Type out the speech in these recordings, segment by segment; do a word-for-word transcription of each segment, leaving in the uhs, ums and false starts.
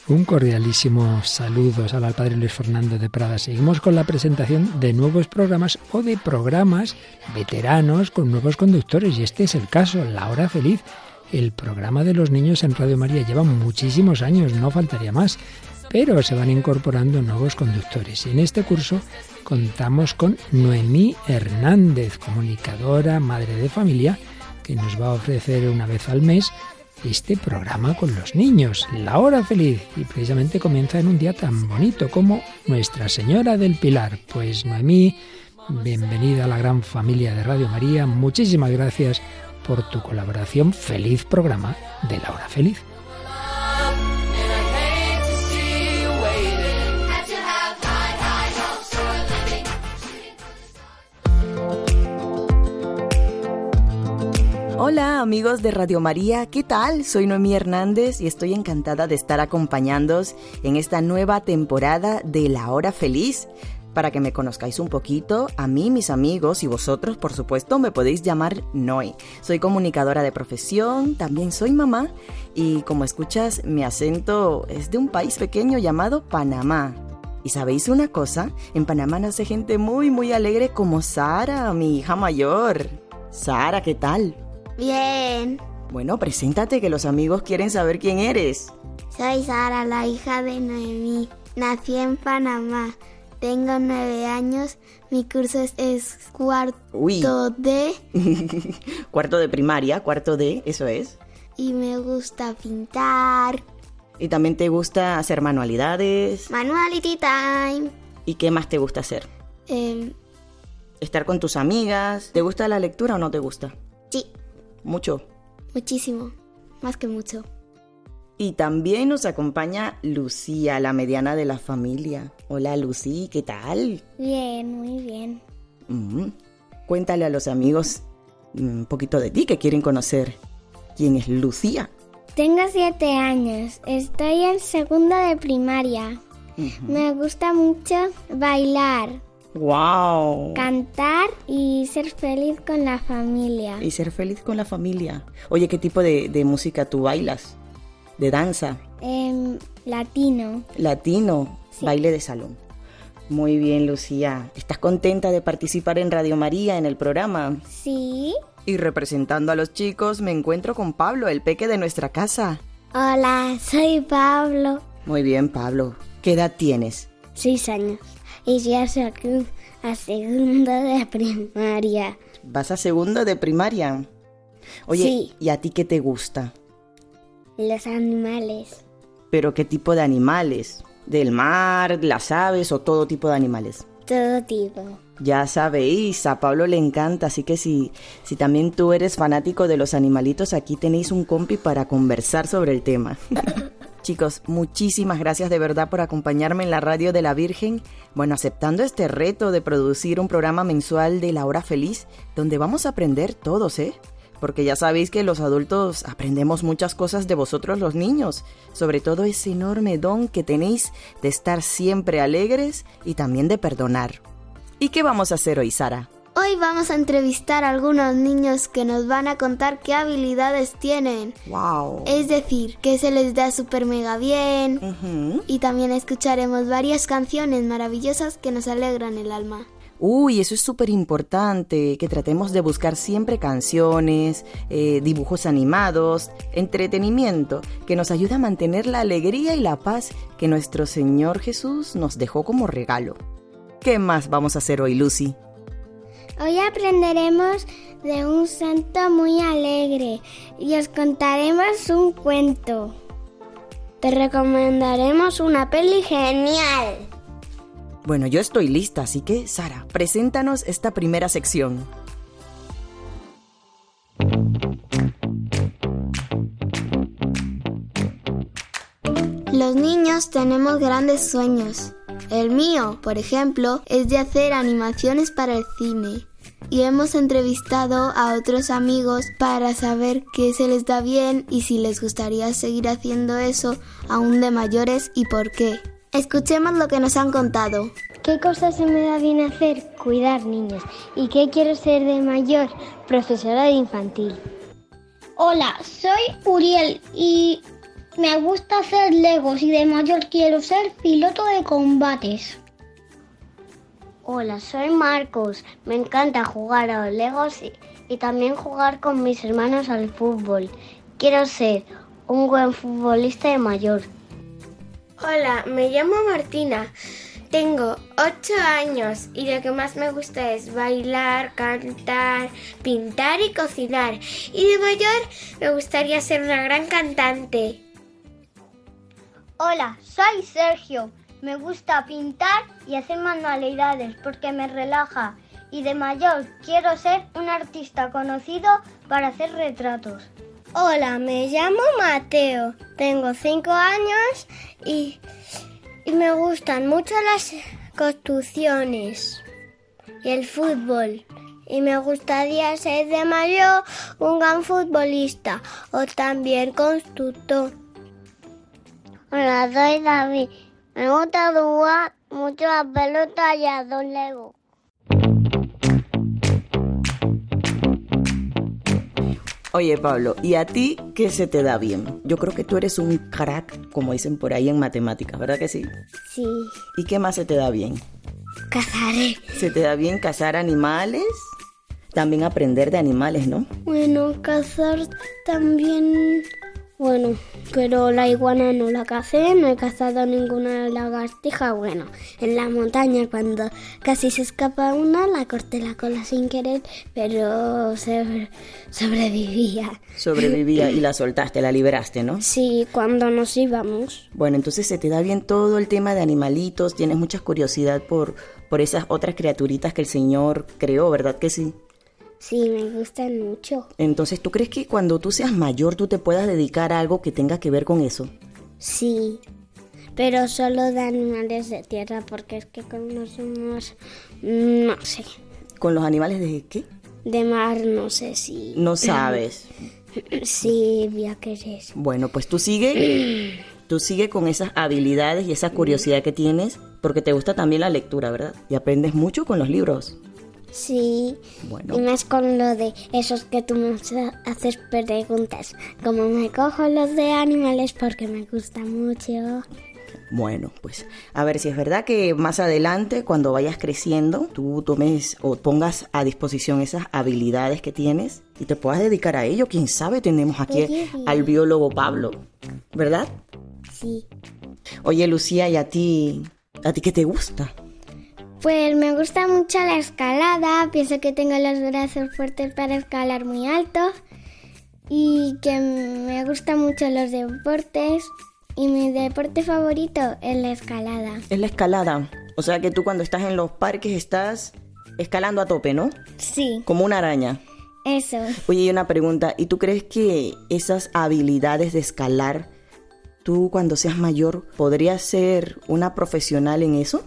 Un cordialísimo saludos al Padre Luis Fernando de Prada. Seguimos con la presentación de nuevos programas o de programas veteranos con nuevos conductores. Y este es el caso, La Hora Feliz. El programa de los niños en Radio María lleva muchísimos años, no faltaría más. Pero se van incorporando nuevos conductores. Y en este curso contamos con Noemí Hernández, comunicadora, madre de familia, que nos va a ofrecer una vez al mes este programa con los niños, La Hora Feliz, y precisamente comienza en un día tan bonito como Nuestra Señora del Pilar. Pues Noemí, bienvenida a la gran familia de Radio María, muchísimas gracias por tu colaboración, feliz programa de La Hora Feliz. Hola amigos de Radio María, ¿qué tal? Soy Noemí Hernández y estoy encantada de estar acompañándoos en esta nueva temporada de La Hora Feliz. Para que me conozcáis un poquito, a mí, mis amigos y vosotros, por supuesto, me podéis llamar Noé. Soy comunicadora de profesión, también soy mamá y como escuchas, mi acento es de un país pequeño llamado Panamá. ¿Y sabéis una cosa? En Panamá nace gente muy, muy alegre como Sara, mi hija mayor. Sara, ¿qué tal? Bien. Bueno, preséntate que los amigos quieren saber quién eres. Soy Sara, la hija de Noemí. Nací en Panamá. Tengo nueve años. Mi curso es, es cuarto Uy. de... Cuarto de primaria, cuarto de, eso es. Y me gusta pintar. ¿Y también te gusta hacer manualidades? Manuality time. ¿Y qué más te gusta hacer? Eh, Estar con tus amigas. ¿Te gusta la lectura o no te gusta? sí, Mucho. muchísimo. Más que mucho. Y también nos acompaña Lucía, la mediana de la familia. Hola Lucía, ¿qué tal? Bien, muy bien. Mm. Cuéntale a los amigos un poquito de ti que quieren conocer. ¿Quién es Lucía? Tengo siete años. Estoy en segundo de primaria. Uh-huh. Me gusta mucho bailar, ¡Wow! cantar y ser feliz con la familia. Y ser feliz con la familia. Oye, ¿qué tipo de, de música tú bailas? ¿De danza? Eh, latino. Latino, Sí. baile de salón. Muy bien, Lucía. ¿Estás contenta de participar en Radio María, en el programa? Sí. Y representando a los chicos, me encuentro con Pablo, el peque de nuestra casa. Hola, soy Pablo. Muy bien, Pablo. ¿Qué edad tienes? Seis años. Y ya saqué a segundo de primaria. ¿Vas a segundo de primaria? Oye, Sí. ¿y a ti qué te gusta? Los animales. ¿Pero qué tipo de animales? ¿Del mar, las aves o todo tipo de animales? Todo tipo. Ya sabéis, a Pablo le encanta, así que si, si también tú eres fanático de los animalitos, aquí tenéis un compi para conversar sobre el tema. Chicos, muchísimas gracias de verdad por acompañarme en la Radio de la Virgen, bueno, aceptando este reto de producir un programa mensual de La Hora Feliz, donde vamos a aprender todos, ¿eh? Porque ya sabéis que los adultos aprendemos muchas cosas de vosotros los niños, sobre todo ese enorme don que tenéis de estar siempre alegres y también de perdonar. ¿Y qué vamos a hacer hoy, Sara? Hoy vamos a entrevistar a algunos niños que nos van a contar qué habilidades tienen. ¡Wow! Es decir, que se les da súper mega bien. Uh-huh. Y también escucharemos varias canciones maravillosas que nos alegran el alma. Uy, eso es súper importante, que tratemos de buscar siempre canciones, eh, dibujos animados, entretenimiento, que nos ayude a mantener la alegría y la paz que nuestro Señor Jesús nos dejó como regalo. ¿Qué más vamos a hacer hoy, Lucy? Hoy aprenderemos de un santo muy alegre y os contaremos un cuento. Te recomendaremos una peli genial. Bueno, yo estoy lista, así que, Sara, preséntanos esta primera sección. Los niños tenemos grandes sueños. El mío, por ejemplo, es de hacer animaciones para el cine. Y hemos entrevistado a otros amigos para saber qué se les da bien y si les gustaría seguir haciendo eso aún de mayores y por qué. Escuchemos lo que nos han contado. ¿Qué cosas se me da bien hacer? Cuidar niños. ¿Y qué quiero ser de mayor? Profesora de infantil. Hola, soy Uriel y me gusta hacer legos y de mayor quiero ser piloto de combates. Hola, soy Marcos. Me encanta jugar a los legos y, y también jugar con mis hermanos al fútbol. Quiero ser un buen futbolista de mayor. Hola, me llamo Martina. Tengo ocho años y lo que más me gusta es bailar, cantar, pintar y cocinar. Y de mayor me gustaría ser una gran cantante. Hola, soy Sergio. Me gusta pintar y hacer manualidades porque me relaja. Y de mayor quiero ser un artista conocido para hacer retratos. Hola, me llamo Mateo. Tengo cinco años y... Y me gustan mucho las construcciones y el fútbol. Y me gustaría ser de mayor un gran futbolista o también constructor. Hola, soy David. Me gusta jugar mucho a la pelota y a los legos. Oye, Pablo, ¿y a ti qué se te da bien? Yo creo que tú eres un crack, como dicen por ahí en matemáticas, ¿verdad que sí? Sí. ¿Y qué más se te da bien? Cazaré. ¿Se te da bien cazar animales? También aprender de animales, ¿no? Bueno, cazar también... Bueno, pero la iguana no la cacé, no he cazado ninguna lagartija. Bueno, en la montaña cuando casi se escapa una, la corté la cola sin querer, pero se sobrevivía. Sobrevivía y la soltaste, la liberaste, ¿no? Sí, cuando nos íbamos. Bueno, entonces se te da bien todo el tema de animalitos, tienes mucha curiosidad por, por esas otras criaturitas que el Señor creó, ¿verdad que sí? Sí, me gustan mucho. Entonces, ¿tú crees que cuando tú seas mayor tú te puedas dedicar a algo que tenga que ver con eso? Sí, pero solo de animales de tierra, porque es que con los demás, no sé. ¿Con los animales de qué? De mar, no sé si... No sabes. Sí, voy a querer. Bueno, pues tú sigue, tú sigue con esas habilidades y esa curiosidad que tienes, porque te gusta también la lectura, ¿verdad? Y aprendes mucho con los libros. Sí, bueno. Y más con lo de esos que tú me haces preguntas. Como me cojo los de animales porque me gusta mucho. Bueno, pues a ver si es verdad que más adelante, cuando vayas creciendo, tú tomes o pongas a disposición esas habilidades que tienes y te puedas dedicar a ello. Quién sabe, tenemos aquí Oye, al biólogo Pablo, ¿verdad? Sí. Oye, Lucía, ¿y a ti, a ti qué te gusta? Pues me gusta mucho la escalada, pienso que tengo los brazos fuertes para escalar muy alto y que me gustan mucho los deportes y mi deporte favorito es la escalada. Es la escalada, o sea que tú cuando estás en los parques estás escalando a tope, ¿no? Sí. Como una araña. Eso. Oye, y una pregunta, ¿y tú crees que esas habilidades de escalar, tú cuando seas mayor podrías ser una profesional en eso?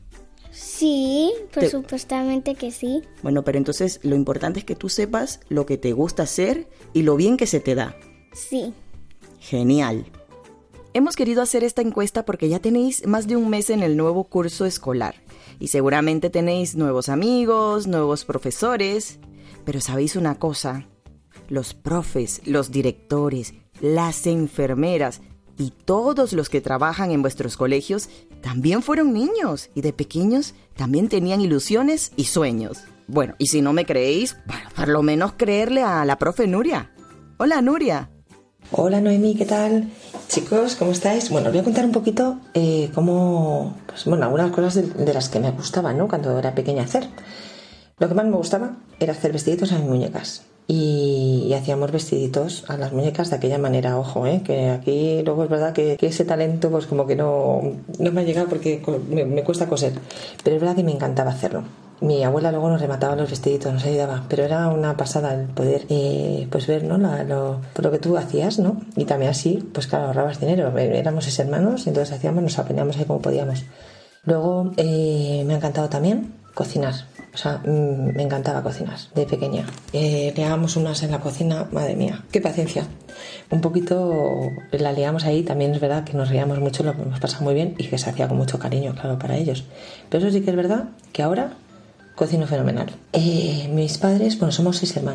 Sí, por te... supuestamente que sí. Bueno, pero entonces lo importante es que tú sepas lo que te gusta hacer y lo bien que se te da. Sí. Genial. Hemos querido hacer esta encuesta porque ya tenéis más de un mes en el nuevo curso escolar y seguramente tenéis nuevos amigos, nuevos profesores, pero ¿sabéis una cosa? Los profes, los directores, las enfermeras y todos los que trabajan en vuestros colegios también fueron niños y de pequeños también tenían ilusiones y sueños. Bueno, y si no me creéis, bueno, por lo menos creerle a la profe Nuria. Hola, Nuria. Hola, Noemí, ¿qué tal? Chicos, ¿cómo estáis? Bueno, os voy a contar un poquito eh, cómo, pues bueno, algunas cosas de, de las que me gustaban, ¿no? Cuando era pequeña hacer. Lo que más me gustaba era hacer vestiditos a mis muñecas. Y, y hacíamos vestiditos a las muñecas de aquella manera, ojo, ¿eh? Que aquí luego es verdad que, que ese talento pues como que no, no me ha llegado porque me, me cuesta coser, pero es verdad que me encantaba hacerlo. Mi abuela luego nos remataba los vestiditos, nos ayudaba, pero era una pasada el poder eh, pues ver, ¿no? La, lo, lo que tú hacías, ¿no? Y también así, pues claro, ahorrabas dinero, éramos seis hermanos y entonces hacíamos, nos apañábamos ahí como podíamos. Luego eh, me ha encantado también cocinar. O sea, mmm, me encantaba cocinar de pequeña. Eh, liábamos unas en la cocina, madre mía, qué paciencia. Un poquito la liamos ahí, también es verdad que nos reíamos mucho, lo hemos pasado muy bien y que se hacía con mucho cariño, claro, para ellos. Pero eso sí que es verdad que ahora cocino fenomenal. Eh, mis padres, bueno, somos seis hermanos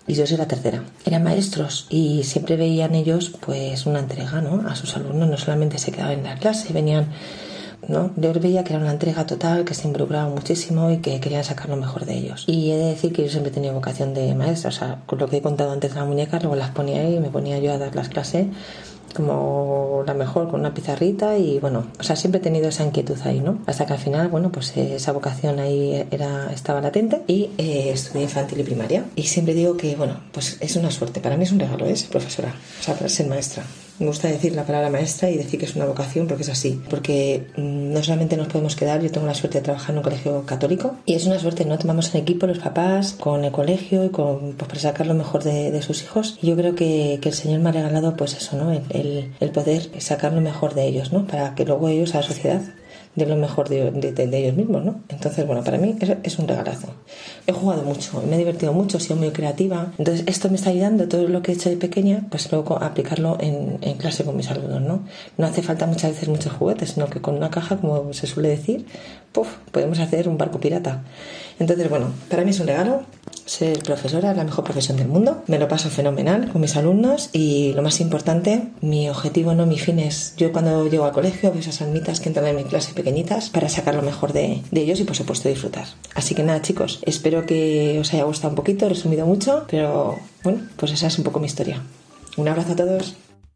y yo soy la tercera. Eran maestros y siempre veían ellos pues una entrega, ¿no?, a sus alumnos. No solamente se quedaban en la clase, venían, ¿no? Yo veía que era una entrega total, que se involucraban muchísimo y que querían sacar lo mejor de ellos. Y he de decir que yo siempre he tenido vocación de maestra. O sea, con lo que he contado antes de la muñeca, luego las ponía ahí y me ponía yo a dar las clases como la mejor, con una pizarrita. Y bueno, o sea, siempre he tenido esa inquietud ahí, ¿no? Hasta que al final, bueno, pues eh, esa vocación ahí era, estaba latente. Y eh, estudié infantil y primaria. Y siempre digo que, bueno, pues es una suerte. Para mí es un regalo, ¿eh?, ser profesora. O sea, para ser maestra. Me gusta decir la palabra maestra y decir que es una vocación, porque es así. Porque mmm, no solamente nos podemos quedar, yo tengo la suerte de trabajar en un colegio católico y es una suerte, ¿no? Tomamos en equipo los papás con el colegio y con, pues, para sacar lo mejor de, de sus hijos. Y yo creo que, que el Señor me ha regalado pues eso, ¿no? El, el, el poder sacar lo mejor de ellos, ¿no? Para que luego ellos a la sociedad de lo mejor de, de, de, de ellos mismos, ¿no? Entonces, bueno, para mí es, es un regalazo. He jugado mucho, me he divertido mucho, he sido muy creativa. Entonces, esto me está ayudando, todo lo que he hecho de pequeña, pues luego aplicarlo en, en clase con mis alumnos, ¿no? No hace falta muchas veces muchos juguetes, sino que con una caja, como se suele decir, puff, podemos hacer un barco pirata. Entonces, bueno, para mí es un regalo. Ser profesora es la mejor profesión del mundo. Me lo paso fenomenal con mis alumnos y lo más importante, mi objetivo, no mi fin es, yo cuando llego al colegio veo esas almitas que entran en mi clase pequeñitas para sacar lo mejor de, de ellos y por supuesto disfrutar. Así que nada, chicos, espero que os haya gustado un poquito, he resumido mucho, pero bueno, pues esa es un poco mi historia. Un abrazo a todos.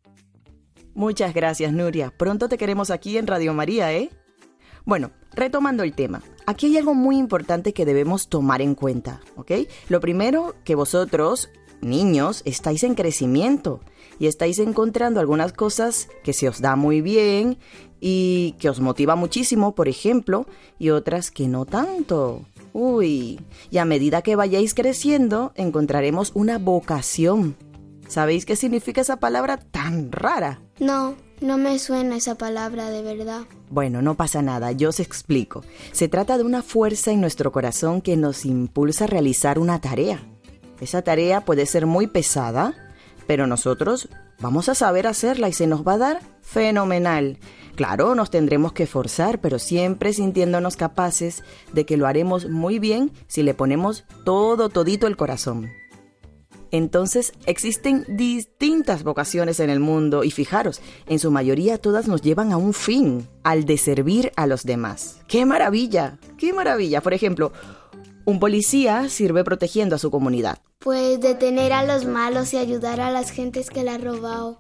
Muchas gracias, Nuria. Pronto te queremos aquí en Radio María, ¿eh? Bueno, retomando el tema, aquí hay algo muy importante que debemos tomar en cuenta, ¿ok? Lo primero, que vosotros, niños, estáis en crecimiento y estáis encontrando algunas cosas que se os da muy bien y que os motiva muchísimo, por ejemplo, y otras que no tanto. Uy, y a medida que vayáis creciendo, encontraremos una vocación. ¿Sabéis qué significa esa palabra tan rara? No, no me suena esa palabra de verdad. Bueno, no pasa nada, yo os explico. Se trata de una fuerza en nuestro corazón que nos impulsa a realizar una tarea. Esa tarea puede ser muy pesada, pero nosotros vamos a saber hacerla y se nos va a dar fenomenal. Claro, nos tendremos que esforzar, pero siempre sintiéndonos capaces de que lo haremos muy bien si le ponemos todo, todito el corazón. Entonces, existen distintas vocaciones en el mundo y fijaros, en su mayoría todas nos llevan a un fin, al de servir a los demás. ¡Qué maravilla! ¡Qué maravilla! Por ejemplo, un policía sirve protegiendo a su comunidad. Pues detener a los malos y ayudar a las gentes que le han robado.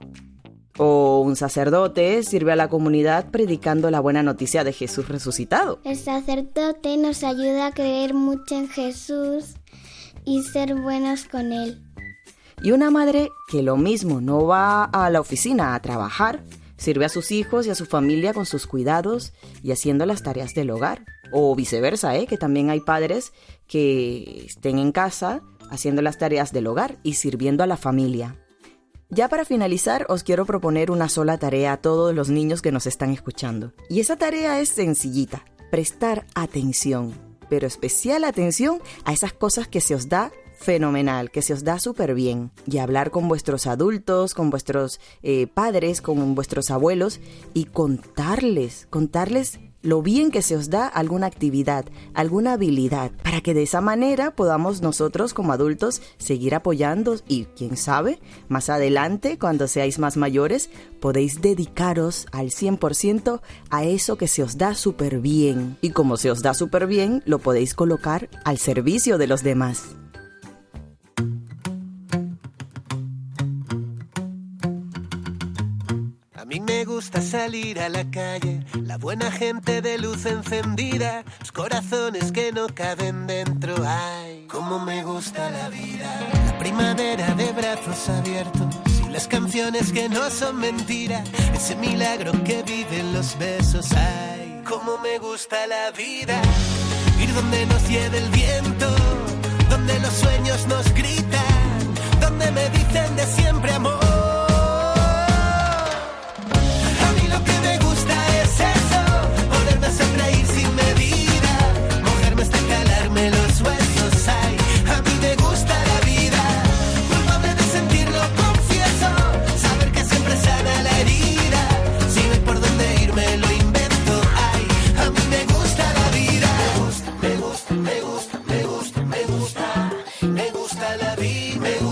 O un sacerdote sirve a la comunidad predicando la buena noticia de Jesús resucitado. El sacerdote nos ayuda a creer mucho en Jesús y ser buenos con él. Y una madre que lo mismo no va a la oficina a trabajar, sirve a sus hijos y a su familia con sus cuidados y haciendo las tareas del hogar. O viceversa, ¿eh? Que también hay padres que estén en casa haciendo las tareas del hogar y sirviendo a la familia. Ya para finalizar, os quiero proponer una sola tarea a todos los niños que nos están escuchando. Y esa tarea es sencillita, prestar atención, pero especial atención a esas cosas que se os da fenomenal, que se os da súper bien, y hablar con vuestros adultos, con vuestros eh, padres, con vuestros abuelos y contarles, contarles lo bien que se os da alguna actividad, alguna habilidad, para que de esa manera podamos nosotros como adultos seguir apoyando y quién sabe, más adelante cuando seáis más mayores podéis dedicaros al cien por ciento a eso que se os da súper bien, y como se os da súper bien lo podéis colocar al servicio de los demás. A mí me gusta salir a la calle, la buena gente de luz encendida, los corazones que no caben dentro. Ay, cómo me gusta la vida, la primavera de brazos abiertos y las canciones que no son mentira, ese milagro que viven los besos. Ay, cómo me gusta la vida, ir donde nos lleve el viento, donde los sueños nos gritan, donde me dicen de siempre amor. Sonreír sin medida, mojarme hasta calarme los huesos. Ay, a mí me gusta la vida, culpable de sentirlo, confieso, saber que siempre sana la herida, si no hay por dónde ir me lo invento. Ay, a mí me gusta la vida, me gusta, me gusta, me gusta, me gusta, me gusta, me gusta la vida, me gusta.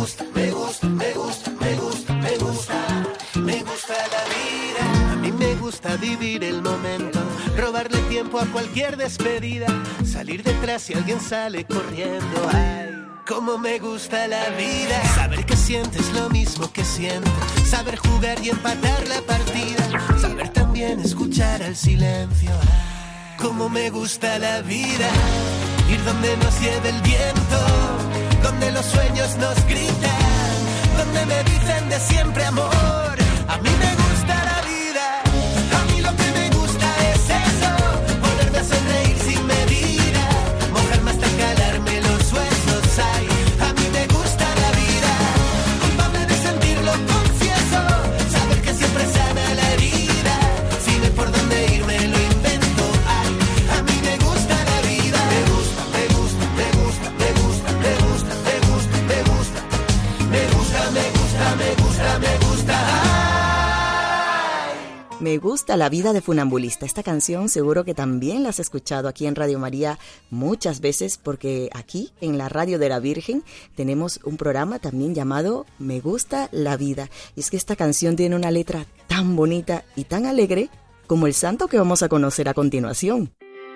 tiempo a cualquier despedida, salir detrás si alguien sale corriendo. Ay, cómo me gusta la vida, saber que sientes lo mismo que siento, saber jugar y empatar la partida, saber también escuchar al silencio. Ay, cómo me gusta la vida, ir donde nos lleve el viento, donde los sueños nos gritan, donde me dicen de siempre amor. A mí me gusta la vida, a mí lo que me gusta es eso, volverme a sonreír sin medida, mojarme hasta calarme los huesos. Ay, a mí me gusta la vida, culpable de sentirlo, confieso, saber que siempre sana la herida, si no hay por dónde irme lo invento. Ay, a mí me gusta la vida, me gusta, me gusta, me gusta, me gusta, me gusta, me gusta, me gusta, me gusta, me gusta, me gusta, me gusta. Me gusta la vida de Funambulista. Esta canción seguro que también la has escuchado aquí en Radio María muchas veces, porque aquí en la Radio de la Virgen tenemos un programa también llamado Me gusta la vida. Y es que esta canción tiene una letra tan bonita y tan alegre como el santo que vamos a conocer a continuación.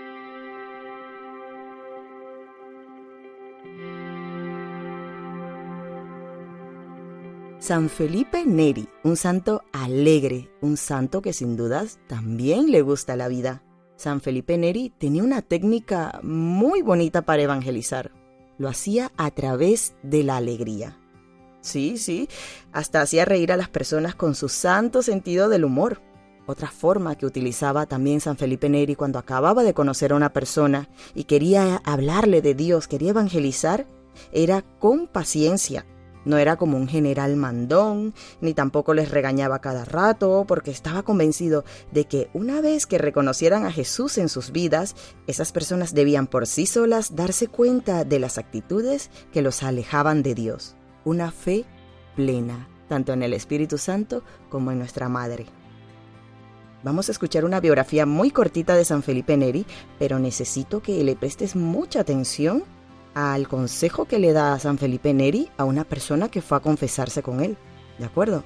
San Felipe Neri, un santo alegre, un santo que sin dudas también le gusta la vida. San Felipe Neri tenía una técnica muy bonita para evangelizar. Lo hacía a través de la alegría. Sí, sí, hasta hacía reír a las personas con su santo sentido del humor. Otra forma que utilizaba también San Felipe Neri cuando acababa de conocer a una persona y quería hablarle de Dios, quería evangelizar, era con paciencia. No era como un general mandón, ni tampoco les regañaba cada rato, porque estaba convencido de que una vez que reconocieran a Jesús en sus vidas, esas personas debían por sí solas darse cuenta de las actitudes que los alejaban de Dios. Una fe plena, tanto en el Espíritu Santo como en nuestra Madre. Vamos a escuchar una biografía muy cortita de San Felipe Neri, pero necesito que le prestes mucha atención al consejo que le da San Felipe Neri a una persona que fue a confesarse con él. ¿De acuerdo?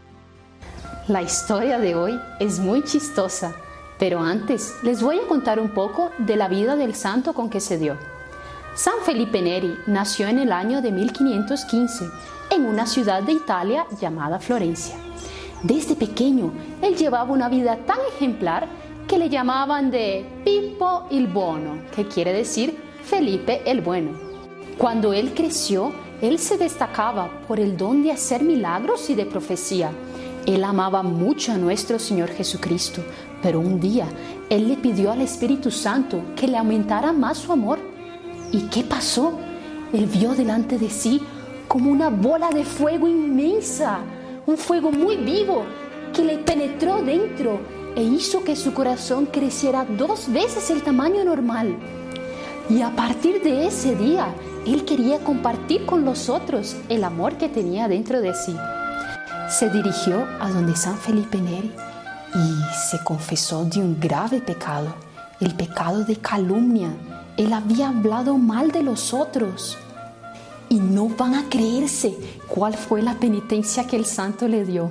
La historia de hoy es muy chistosa, pero antes les voy a contar un poco de la vida del santo con que se dio. San Felipe Neri nació en el año de mil quinientos quince en una ciudad de Italia llamada Florencia. Desde pequeño, él llevaba una vida tan ejemplar que le llamaban de Pippo il Buono, que quiere decir Felipe el Bueno. Cuando él creció, él se destacaba por el don de hacer milagros y de profecía. Él amaba mucho a nuestro Señor Jesucristo, pero un día él le pidió al Espíritu Santo que le aumentara más su amor. ¿Y qué pasó? Él vio delante de sí como una bola de fuego inmensa, un fuego muy vivo que le penetró dentro e hizo que su corazón creciera dos veces el tamaño normal. Y a partir de ese día, él quería compartir con los otros el amor que tenía dentro de sí. Se dirigió a donde San Felipe Neri y se confesó de un grave pecado, el pecado de calumnia. Él había hablado mal de los otros. Y no van a creerse cuál fue la penitencia que el santo le dio.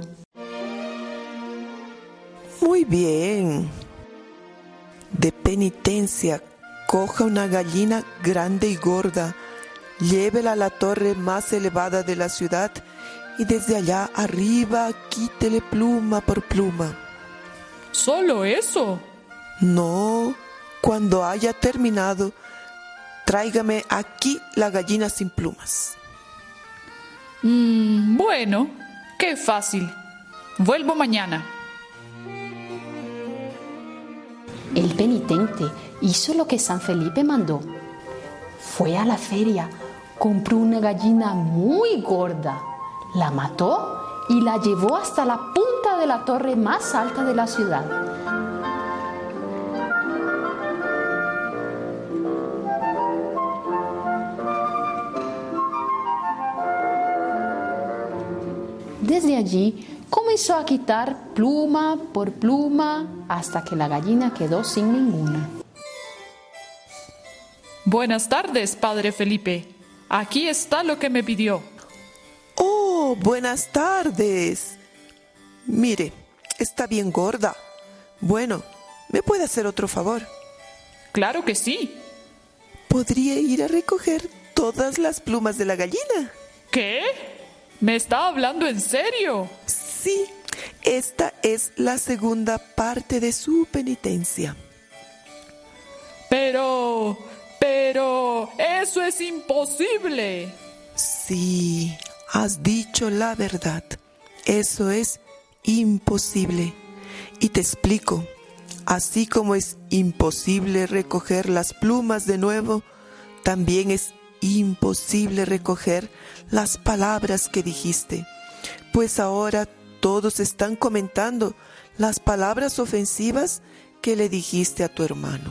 Muy bien. De penitencia, coja una gallina grande y gorda, llévela a la torre más elevada de la ciudad y desde allá arriba quítele pluma por pluma. ¿Solo eso? No, cuando haya terminado, tráigame aquí la gallina sin plumas. Mm, bueno, qué fácil. Vuelvo mañana. El penitente hizo lo que San Felipe mandó. Fue a la feria, compró una gallina muy gorda, la mató y la llevó hasta la punta de la torre más alta de la ciudad. Desde allí comenzó a quitar pluma por pluma hasta que la gallina quedó sin ninguna. Buenas tardes, Padre Felipe. Aquí está lo que me pidió. Oh, buenas tardes. Mire, está bien gorda. Bueno, ¿me puede hacer otro favor? Claro que sí. ¿Podría ir a recoger todas las plumas de la gallina? ¿Qué? ¿Me está hablando en serio? Sí, esta es la segunda parte de su penitencia. Pero, pero, eso es imposible. Sí, has dicho la verdad. Eso es imposible. Y te explico. Así como es imposible recoger las plumas de nuevo, también es imposible recoger las palabras que dijiste. Pues ahora todos están comentando las palabras ofensivas que le dijiste a tu hermano.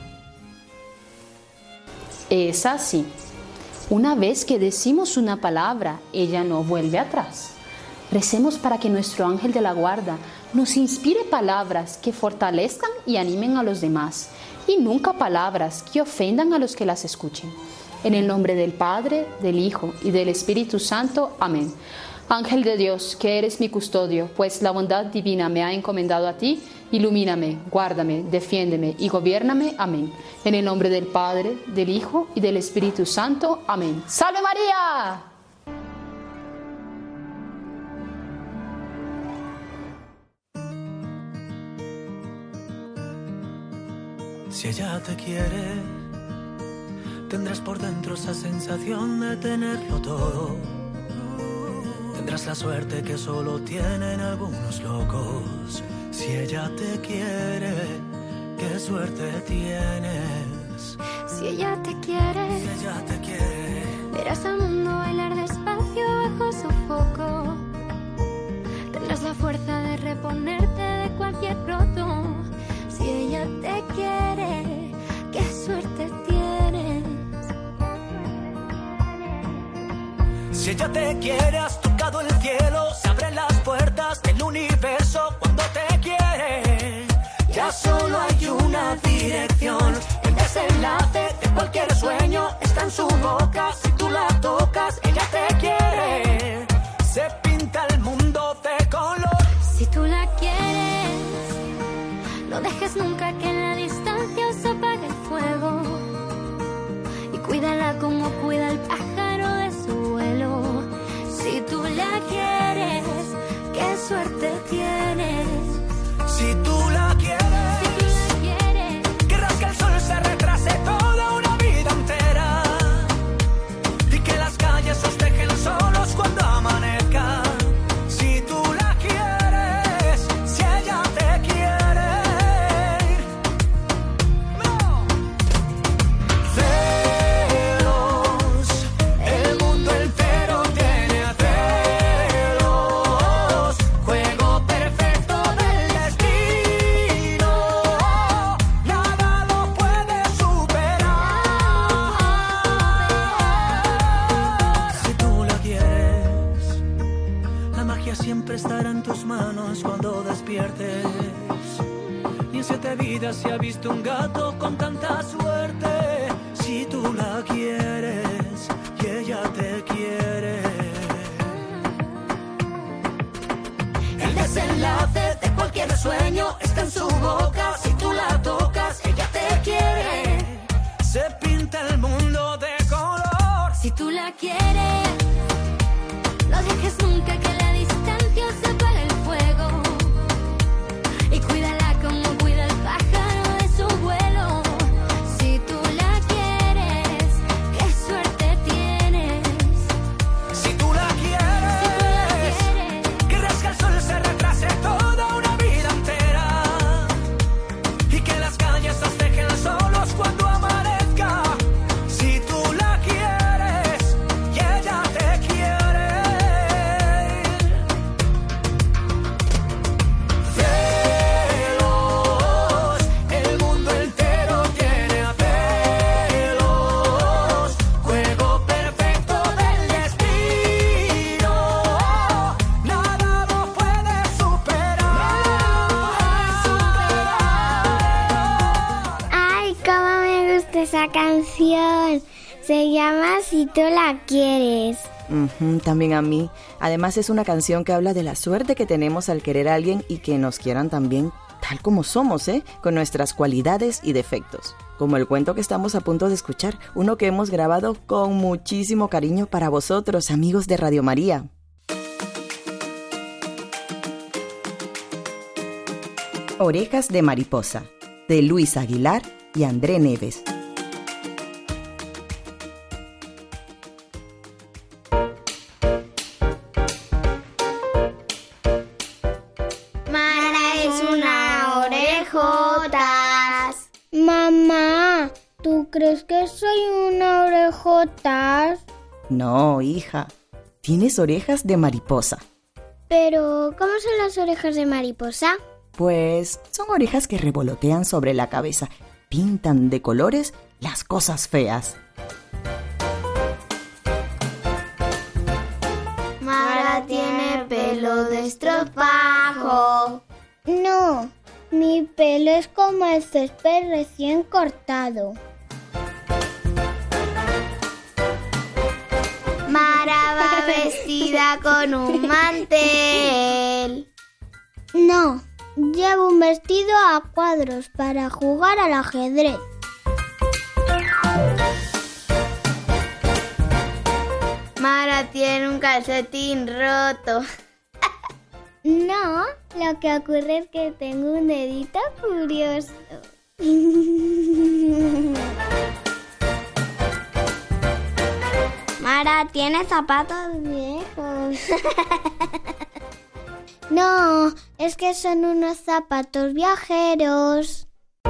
Es así. Una vez que decimos una palabra, ella no vuelve atrás. Recemos para que nuestro ángel de la guarda nos inspire palabras que fortalezcan y animen a los demás, y nunca palabras que ofendan a los que las escuchen. En el nombre del Padre, del Hijo y del Espíritu Santo. Amén. Ángel de Dios, que eres mi custodio, pues la bondad divina me ha encomendado a ti, ilumíname, guárdame, defiéndeme y gobiérname. Amén. En el nombre del Padre, del Hijo y del Espíritu Santo. Amén. ¡Salve María! Si ella te quiere, tendrás por dentro esa sensación de tenerlo todo. Tendrás la suerte que solo tienen algunos locos. Si ella te quiere, qué suerte tienes. Si ella te quiere, si ella te quiere, verás al mundo bailar despacio bajo su foco. Tendrás la fuerza de reponerte de cualquier roto. Si ella te quiere, qué suerte tienes. Si ella te quiere, has tocado el cielo, se abren las puertas del universo cuando te quiere. Ya solo hay una dirección, el desenlace de cualquier sueño está en su boca. Si tú la tocas, ella te quiere. Se pinta el mundo de color. Si tú la quieres, no dejes nunca que en la distancia se apague el fuego. Y cuídala como cuida el pájaro de su vuelo. Si tú la quieres, qué suerte tienes. Si tú la quieres, si tú la quieres, querrás que el sol se retrase toda una vida entera. Y que las calles os dejen solos cuando amanezca. Si tú la quieres, si ella te quiere. No. Celos, el mundo entero tiene celos. Juego perfecto del destino, nada lo puede superar. Si tú la quieres, la magia siempre estará en tus manos cuando despiertes. Ni en siete vidas se ha visto un gato con tanta suerte. Si tú la quieres y ella te quiere. El desenlace de cualquier sueño está en su boca. Si tú la tocas, ella te quiere. Se pinta el mundo de color. si tú la quieres, no dejes nunca que la distancia se apague el fuego. Y cuídala como cuida el pájaro de su vuelo. Si tú la quieres, qué suerte tienes. Si tú la quieres, querrás que el sol se retrase toda una vida entera. Y que las calles os dejen solos cuando amanezca. Si tú la quieres y ella te quiere. Celos, el mundo entero tiene celos. Juego perfecto del destino, nada lo puede superar. Ay, cómo me gusta esa canción. Se llama Si tú la quieres. Ujú, también a mí. Además es una canción que habla de la suerte que tenemos al querer a alguien y que nos quieran también tal como somos, ¿eh? Con nuestras cualidades y defectos. Como el cuento que estamos a punto de escuchar, uno que hemos grabado con muchísimo cariño para vosotros, amigos de Radio María. Orejas de mariposa, de Luis Aguilar y André Neves. Mara es una orejotas. Mamá, ¿tú crees que soy una orejotas? No, hija, tienes orejas de mariposa. Pero, ¿cómo son las orejas de mariposa? Pues son orejas que revolotean sobre la cabeza, pintan de colores las cosas feas. Mara tiene pelo de estropajo. No, mi pelo es como el césped recién cortado. Mara va vestida con un mantel. No, llevo un vestido a cuadros para jugar al ajedrez. Mara tiene un calcetín roto. No, lo que ocurre es que tengo un dedito curioso. Mara tiene zapatos viejos. No, es que son unos zapatos viajeros.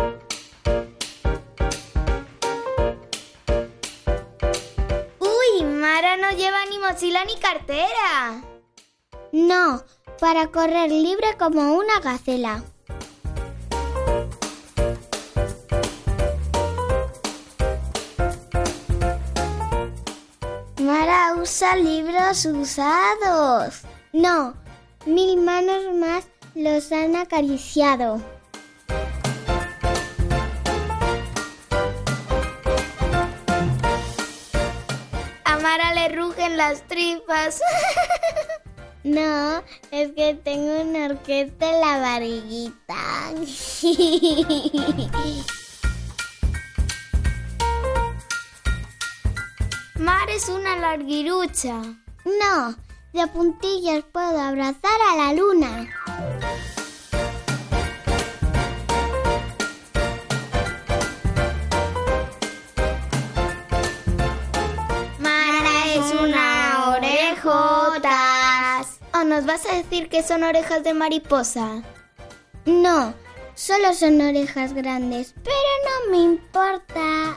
Uy, Mara no lleva ni mochila ni cartera. No, para correr libre como una gacela. Mara usa libros usados. No, mil manos más los han acariciado. A Mara le rugen las tripas. No, es que tengo una orquesta en la barriguita. Mar es una larguirucha. No, de puntillas puedo abrazar a la luna. Mara es una orejotas. ¿O nos vas a decir que son orejas de mariposa? No, solo son orejas grandes, pero no me importa.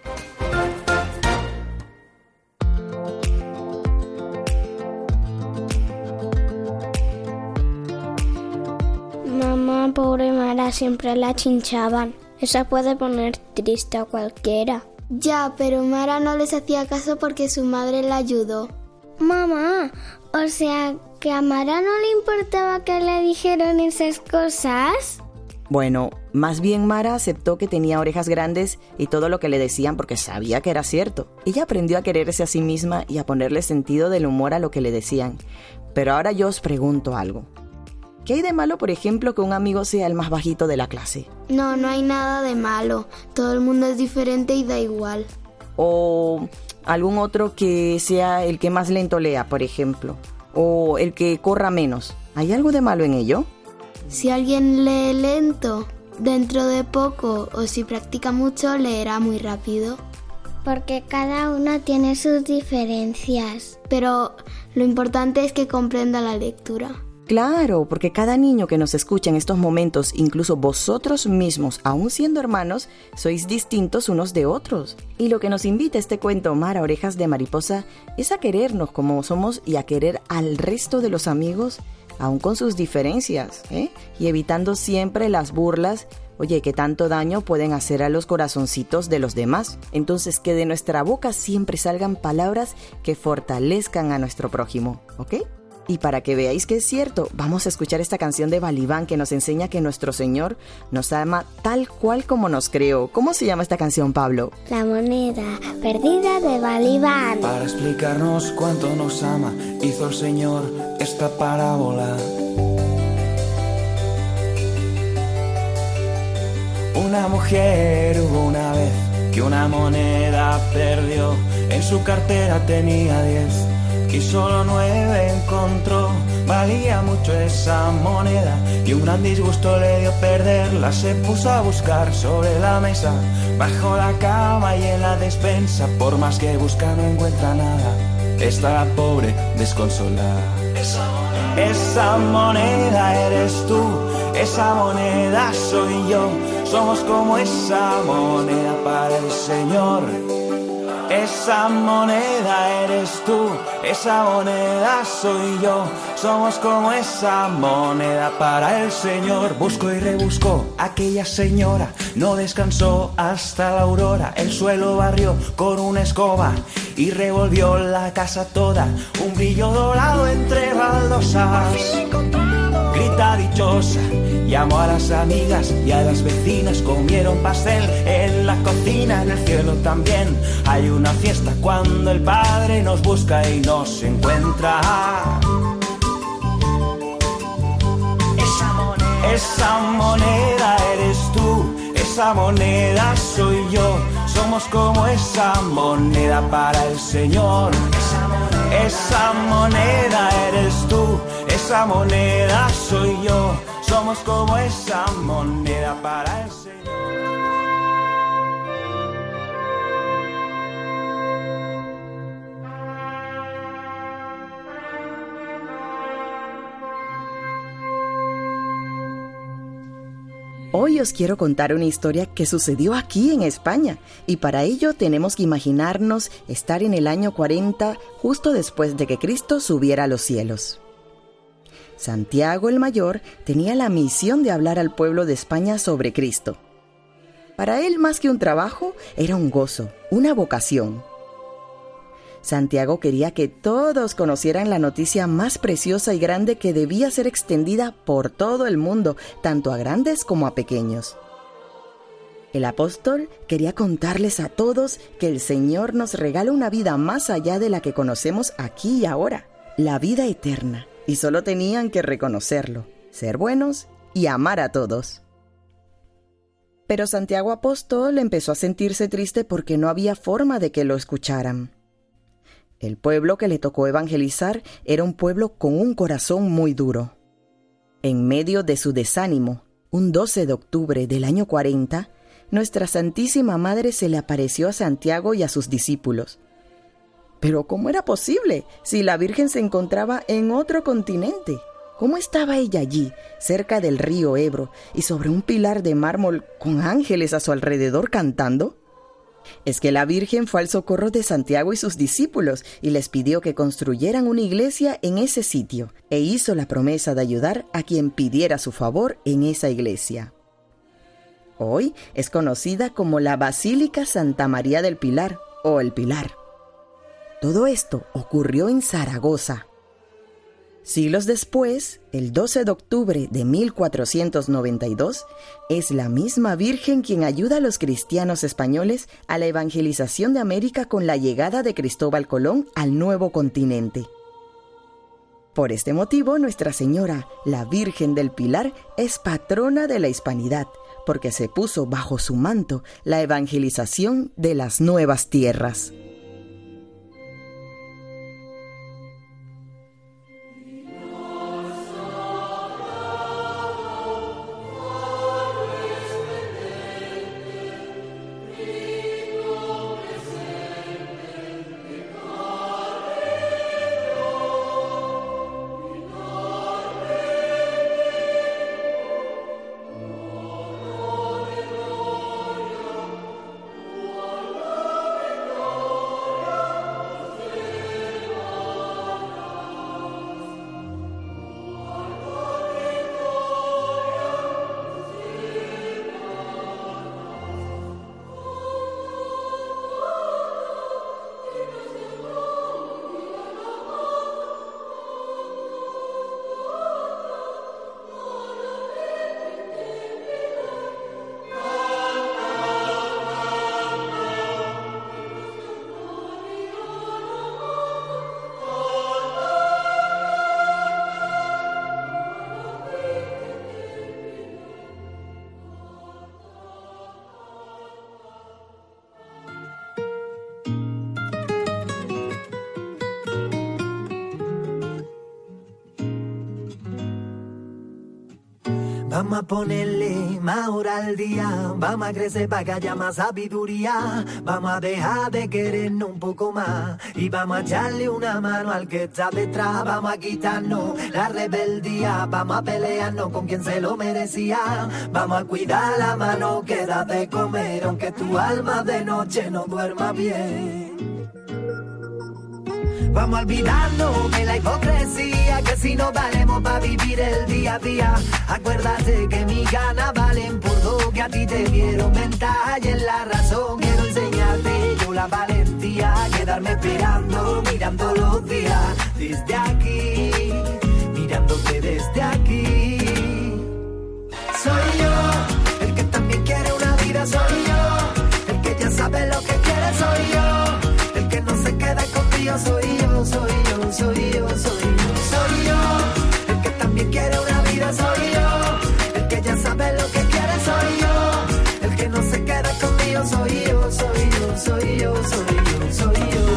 Mamá, pobre Mara, siempre la chinchaban. Esa puede poner triste a cualquiera. Ya, pero Mara no les hacía caso porque su madre la ayudó. Mamá, o sea, ¿que a Mara no le importaba que le dijeran esas cosas? Bueno, más bien Mara aceptó que tenía orejas grandes y todo lo que le decían porque sabía que era cierto. Ella aprendió a quererse a sí misma y a ponerle sentido del humor a lo que le decían. Pero ahora yo os pregunto algo. ¿Qué hay de malo, por ejemplo, que un amigo sea el más bajito de la clase? No, no hay nada de malo. Todo el mundo es diferente y da igual. O algún otro que sea el que más lento lea, por ejemplo. O el que corra menos. ¿Hay algo de malo en ello? Si alguien lee lento, dentro de poco o si practica mucho, leerá muy rápido. Porque cada uno tiene sus diferencias. Pero lo importante es que comprenda la lectura. Claro, porque cada niño que nos escucha en estos momentos, incluso vosotros mismos, aún siendo hermanos, sois distintos unos de otros. Y lo que nos invita este cuento, Mara, Orejas de Mariposa, es a querernos como somos y a querer al resto de los amigos, aún con sus diferencias, ¿eh? Y evitando siempre las burlas, oye, que tanto daño pueden hacer a los corazoncitos de los demás. Entonces, que de nuestra boca siempre salgan palabras que fortalezcan a nuestro prójimo, ¿ok? Y para que veáis que es cierto, vamos a escuchar esta canción de Balibán que nos enseña que nuestro Señor nos ama tal cual como nos creó. ¿Cómo se llama esta canción, Pablo? La moneda perdida de Balibán. Para explicarnos cuánto nos ama, hizo el Señor esta parábola. Una mujer hubo una vez que una moneda perdió, en su cartera tenía diez y solo nueve encontró. Valía mucho esa moneda y un gran disgusto le dio perderla. Se puso a buscar sobre la mesa, bajo la cama y en la despensa. Por más que busca no encuentra nada, está pobre, desconsolada. Esa moneda, esa moneda eres tú, esa moneda soy yo. Somos como esa moneda para el Señor. Esa moneda eres tú, esa moneda soy yo. Somos como esa moneda para el Señor. Buscó y rebuscó aquella señora, no descansó hasta la aurora. El suelo barrió con una escoba y revolvió la casa toda. Un brillo dorado entre baldosas. Grita dichosa, llamó a las amigas y a las vecinas. Comieron pastel en la cocina, en el cielo también hay una fiesta cuando el Padre nos busca y nos encuentra. Esa moneda, esa moneda eres tú, esa moneda soy yo. Somos como esa moneda para el Señor. Esa moneda eres tú, esa moneda soy yo. Somos como esa moneda para el Señor. Hoy os quiero contar una historia que sucedió aquí en España, y para ello tenemos que imaginarnos estar en el año cuarenta, justo después de que Cristo subiera a los cielos. Santiago el Mayor tenía la misión de hablar al pueblo de España sobre Cristo. Para él, más que un trabajo, era un gozo, una vocación. Santiago quería que todos conocieran la noticia más preciosa y grande que debía ser extendida por todo el mundo, tanto a grandes como a pequeños. El apóstol quería contarles a todos que el Señor nos regala una vida más allá de la que conocemos aquí y ahora, la vida eterna, y solo tenían que reconocerlo, ser buenos y amar a todos. Pero Santiago apóstol empezó a sentirse triste porque no había forma de que lo escucharan. El pueblo que le tocó evangelizar era un pueblo con un corazón muy duro. En medio de su desánimo, un doce de octubre del año cuarenta, nuestra Santísima Madre se le apareció a Santiago y a sus discípulos. Pero ¿cómo era posible si la Virgen se encontraba en otro continente? ¿Cómo estaba ella allí, cerca del río Ebro y sobre un pilar de mármol con ángeles a su alrededor cantando? Es que la Virgen fue al socorro de Santiago y sus discípulos y les pidió que construyeran una iglesia en ese sitio, e hizo la promesa de ayudar a quien pidiera su favor en esa iglesia. Hoy es conocida como la Basílica Santa María del Pilar o el Pilar. Todo esto ocurrió en Zaragoza. Siglos después, el doce de octubre de mil cuatrocientos noventa y dos, es la misma Virgen quien ayuda a los cristianos españoles a la evangelización de América con la llegada de Cristóbal Colón al nuevo continente. Por este motivo, Nuestra Señora, la Virgen del Pilar, es patrona de la hispanidad, porque se puso bajo su manto la evangelización de las nuevas tierras. Vamos a ponerle más hora al día, vamos a crecer para que haya más sabiduría, vamos a dejar de querernos un poco más y vamos a echarle una mano al que está detrás, vamos a quitarnos la rebeldía, vamos a pelearnos con quien se lo merecía, vamos a cuidar la mano que da de comer, aunque tu alma de noche no duerma bien. Vamos a olvidarnos de la hipocresía, que si no valemos para vivir el día a día. Acuérdate que mis ganas valen por dos, que a ti te dieron ventaja y en la razón. Quiero enseñarte yo la valentía, quedarme esperando, mirando los días desde aquí, mirándote desde aquí. Soy yo, el que también quiere una vida, soy yo, el que ya sabe lo que quiere, soy yo, el que no se queda contigo, soy yo. Soy yo, soy yo, soy yo, soy yo, el que también quiere una vida, soy yo, el que ya sabe lo que quiere, soy yo, el que no se queda conmigo, soy yo, soy yo, soy yo, soy yo, soy yo.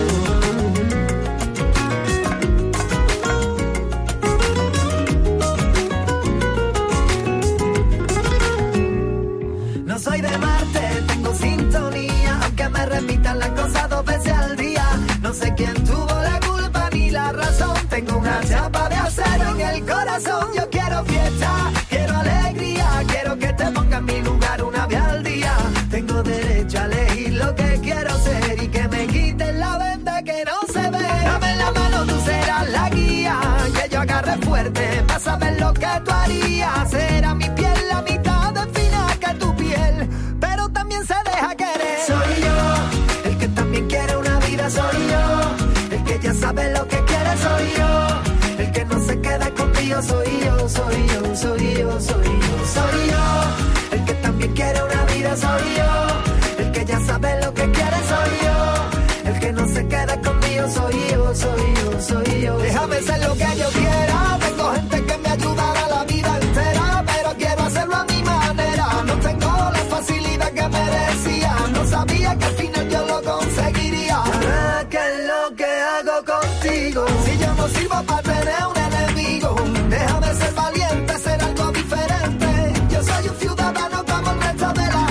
No soy de Marte, tengo sintonía, aunque me repitan las cosas dos veces al día, no sé quién tuvo la la razón, tengo una chapa de acero en el corazón. Yo quiero fiesta, quiero alegría, quiero que te ponga en mi lugar una vez al día. Tengo derecho a elegir lo que quiero ser y que me quiten la venda que no se ve. Dame la mano, tú serás la guía, que yo agarre fuerte para saber lo que tú harías. Será mi piel la mitad de fina que tu piel, pero también se deja querer. Soy yo, el que también quiere una vida, soy yo, el que ya sabe lo que soy yo, el que no se queda conmigo, soy yo, soy yo, soy yo, soy yo, soy yo, el que también quiere una vida, soy yo, el que ya sabe lo que quiere, soy yo, el que no se queda conmigo, soy yo, soy yo, soy yo. Déjame ser lo que yo quiera, tengo gente que me ayudará la vida entera, pero quiero hacerlo a mi manera, no tengo la facilidad que merecía, no sabía que al final yo lo conseguiría. Ahora, ¿qué es lo que hago contigo? Si yo no sirvo para tener un enemigo, déjame ser valiente, ser algo diferente. Yo soy un ciudadano como el resto de la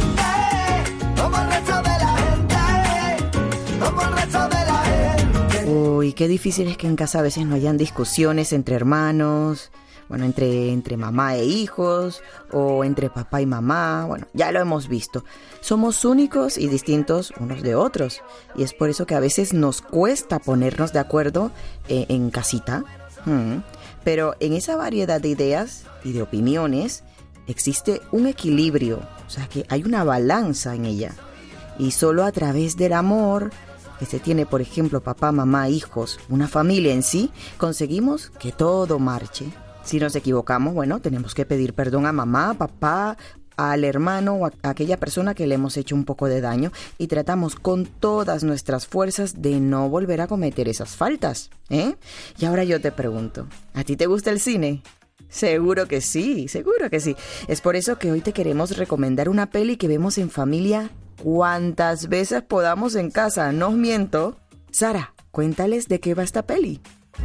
gente, como el resto de la gente, como el resto de la gente. Uy, qué difícil es que en casa a veces no hayan discusiones entre hermanos, bueno, entre, entre mamá e hijos, o entre papá y mamá, bueno, ya lo hemos visto. Somos únicos y distintos unos de otros, y es por eso que a veces nos cuesta ponernos de acuerdo eh, en casita. Hmm. Pero en esa variedad de ideas y de opiniones existe un equilibrio, o sea que hay una balanza en ella. Y solo a través del amor que se tiene, por ejemplo, papá, mamá, hijos, una familia en sí, conseguimos que todo marche. Si nos equivocamos, bueno, tenemos que pedir perdón a mamá, papá, al hermano o a aquella persona que le hemos hecho un poco de daño y tratamos con todas nuestras fuerzas de no volver a cometer esas faltas, ¿eh? Y ahora yo te pregunto, ¿a ti te gusta el cine? Seguro que sí, seguro que sí. Es por eso que hoy te queremos recomendar una peli que vemos en familia cuantas veces podamos en casa, no os miento. Sara, cuéntales de qué va esta peli.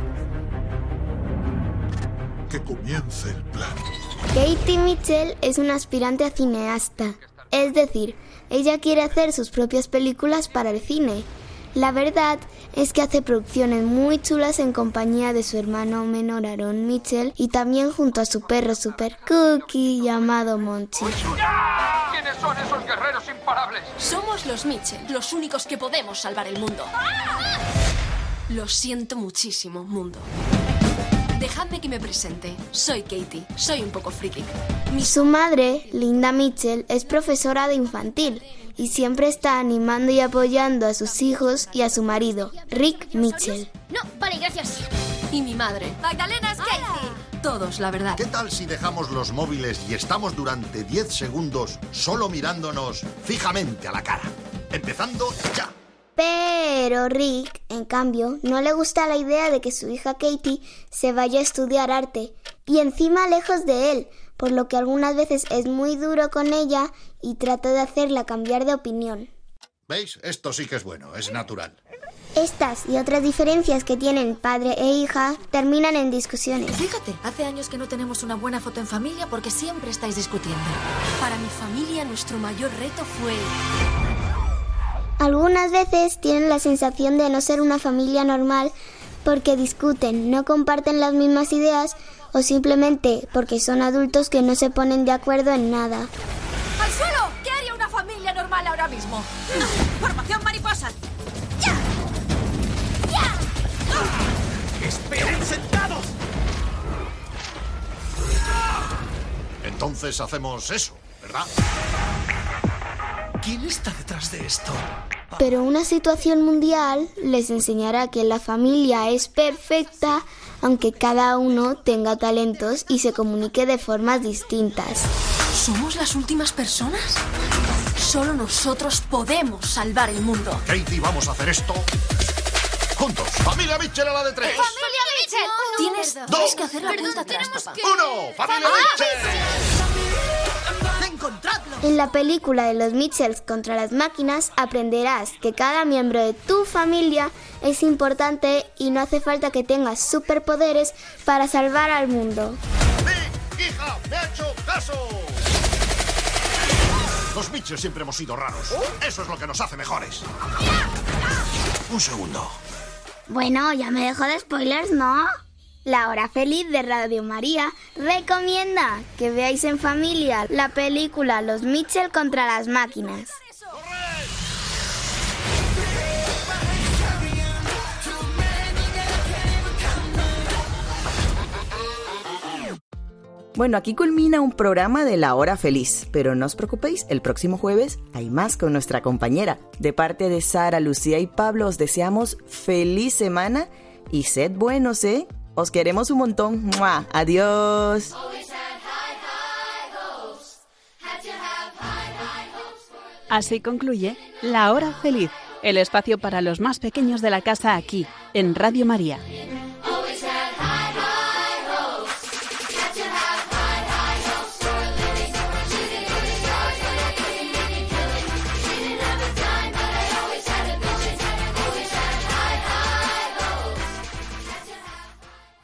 Que comience el plan. Katie Mitchell es una aspirante a cineasta, es decir, ella quiere hacer sus propias películas para el cine. La verdad es que hace producciones muy chulas en compañía de su hermano menor Aaron Mitchell y también junto a su perro super cookie llamado Monchi. ¿Quiénes son esos guerreros imparables? Somos los Mitchell, los únicos que podemos salvar el mundo. Lo siento muchísimo, mundo. Dejadme que me presente. Soy Katie, soy un poco friki. Mi... Su madre, Linda Mitchell, es profesora de infantil y siempre está animando y apoyando a sus hijos y a su marido, Rick Mitchell. No, vale, gracias. Y mi madre, Magdalena es Katie. Todos, la verdad. ¿Qué tal si dejamos los móviles y estamos durante diez segundos solo mirándonos fijamente a la cara? Empezando ya. Pero Rick, en cambio, no le gusta la idea de que su hija Katie se vaya a estudiar arte, y encima lejos de él, por lo que algunas veces es muy duro con ella y trata de hacerla cambiar de opinión. ¿Veis? Esto sí que es bueno, es natural. Estas y otras diferencias que tienen padre e hija terminan en discusiones. Fíjate, hace años que no tenemos una buena foto en familia porque siempre estáis discutiendo. Para mi familia, nuestro mayor reto fue... Algunas veces tienen la sensación de no ser una familia normal porque discuten, no comparten las mismas ideas o simplemente porque son adultos que no se ponen de acuerdo en nada. ¡Al suelo! ¿Qué haría una familia normal ahora mismo? ¡Formación mariposa! ¡Ya! ¡Ya! ¡Esperen sentados! Entonces hacemos eso, ¿verdad? ¿Quién está detrás de esto? Pero una situación mundial les enseñará que la familia es perfecta, aunque cada uno tenga talentos y se comunique de formas distintas. ¿Somos las últimas personas? Solo nosotros podemos salvar el mundo. Katie, vamos a hacer esto juntos. ¡Familia Mitchell a la de tres! ¡Familia Mitchell! No, Tienes, no, tienes no. que hacer la Perdón, cuenta atrás, tenemos papá. que- ¡Uno! ¡Familia ¡Ah! Mitchell! ¡Encontradlo! En la película de los Mitchells contra las máquinas aprenderás que cada miembro de tu familia es importante y no hace falta que tengas superpoderes para salvar al mundo. ¡Mi hija me ha hecho caso! Los Mitchell siempre hemos sido raros. Eso es lo que nos hace mejores. Un segundo. Bueno, ya me dejo de spoilers, ¿no? La Hora Feliz de Radio María recomienda que veáis en familia la película Los Mitchell contra las máquinas. Bueno, aquí culmina un programa de La Hora Feliz, pero no os preocupéis, el próximo jueves hay más con nuestra compañera. De parte de Sara, Lucía y Pablo os deseamos feliz semana y sed buenos, ¿eh? Os queremos un montón. ¡Mua! Adiós. Así concluye La Hora Feliz, el espacio para los más pequeños de la casa aquí, en Radio María.